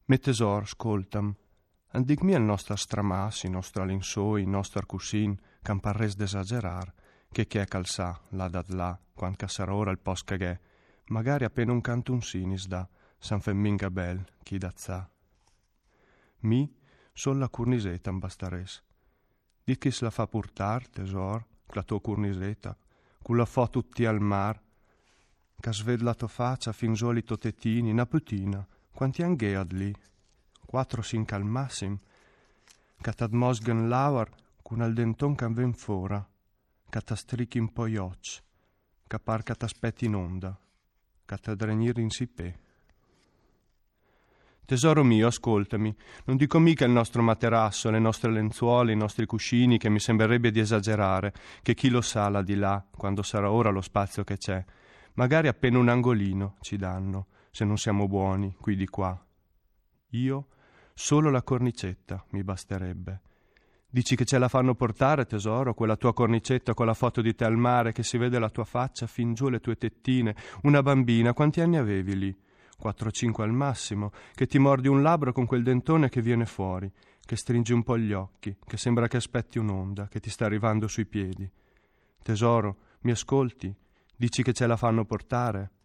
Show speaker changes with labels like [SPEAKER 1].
[SPEAKER 1] Me tesor, ascoltam. Andic-mi al nostre stramas, il nostre linsoi, il nostre cussin, c'han parres d'esagerar, che è calzà, là dat là, quando che sarà ora il post cagè, magari appena un cantunsinis da, san femminga bel, chi dazzà. Mi, sol la curniseta in bastares. Dit chi se la fa portar, tesor, la tua curniseta, cu la fo tutti al mar, che sved la tua faccia fin solito tetini, una putina, quanti anghead lì? 4-5 al massim, che t'admosgen l'auar con al denton che ven fora, che t'astrichi un po' gli occhi, che par che t'aspetti in onda, che t'adrenir in sipè. Tesoro mio, ascoltami, non dico mica il nostro materasso, le nostre lenzuola, i nostri cuscini, che mi sembrerebbe di esagerare, che chi lo sa là di là, quando sarà ora lo spazio che c'è. Magari appena un angolino ci danno, se non siamo buoni, qui di qua. Io, solo la cornicetta mi basterebbe. Dici che ce la fanno portare, tesoro, quella tua cornicetta con la foto di te al mare, che si vede la tua faccia fin giù le tue tettine, una bambina, quanti anni avevi lì? 4-5 al massimo, che ti mordi un labbro con quel dentone che viene fuori, che stringi un po' gli occhi, che sembra che aspetti un'onda, che ti sta arrivando sui piedi. Tesoro, mi ascolti? Dici che ce la fanno portare?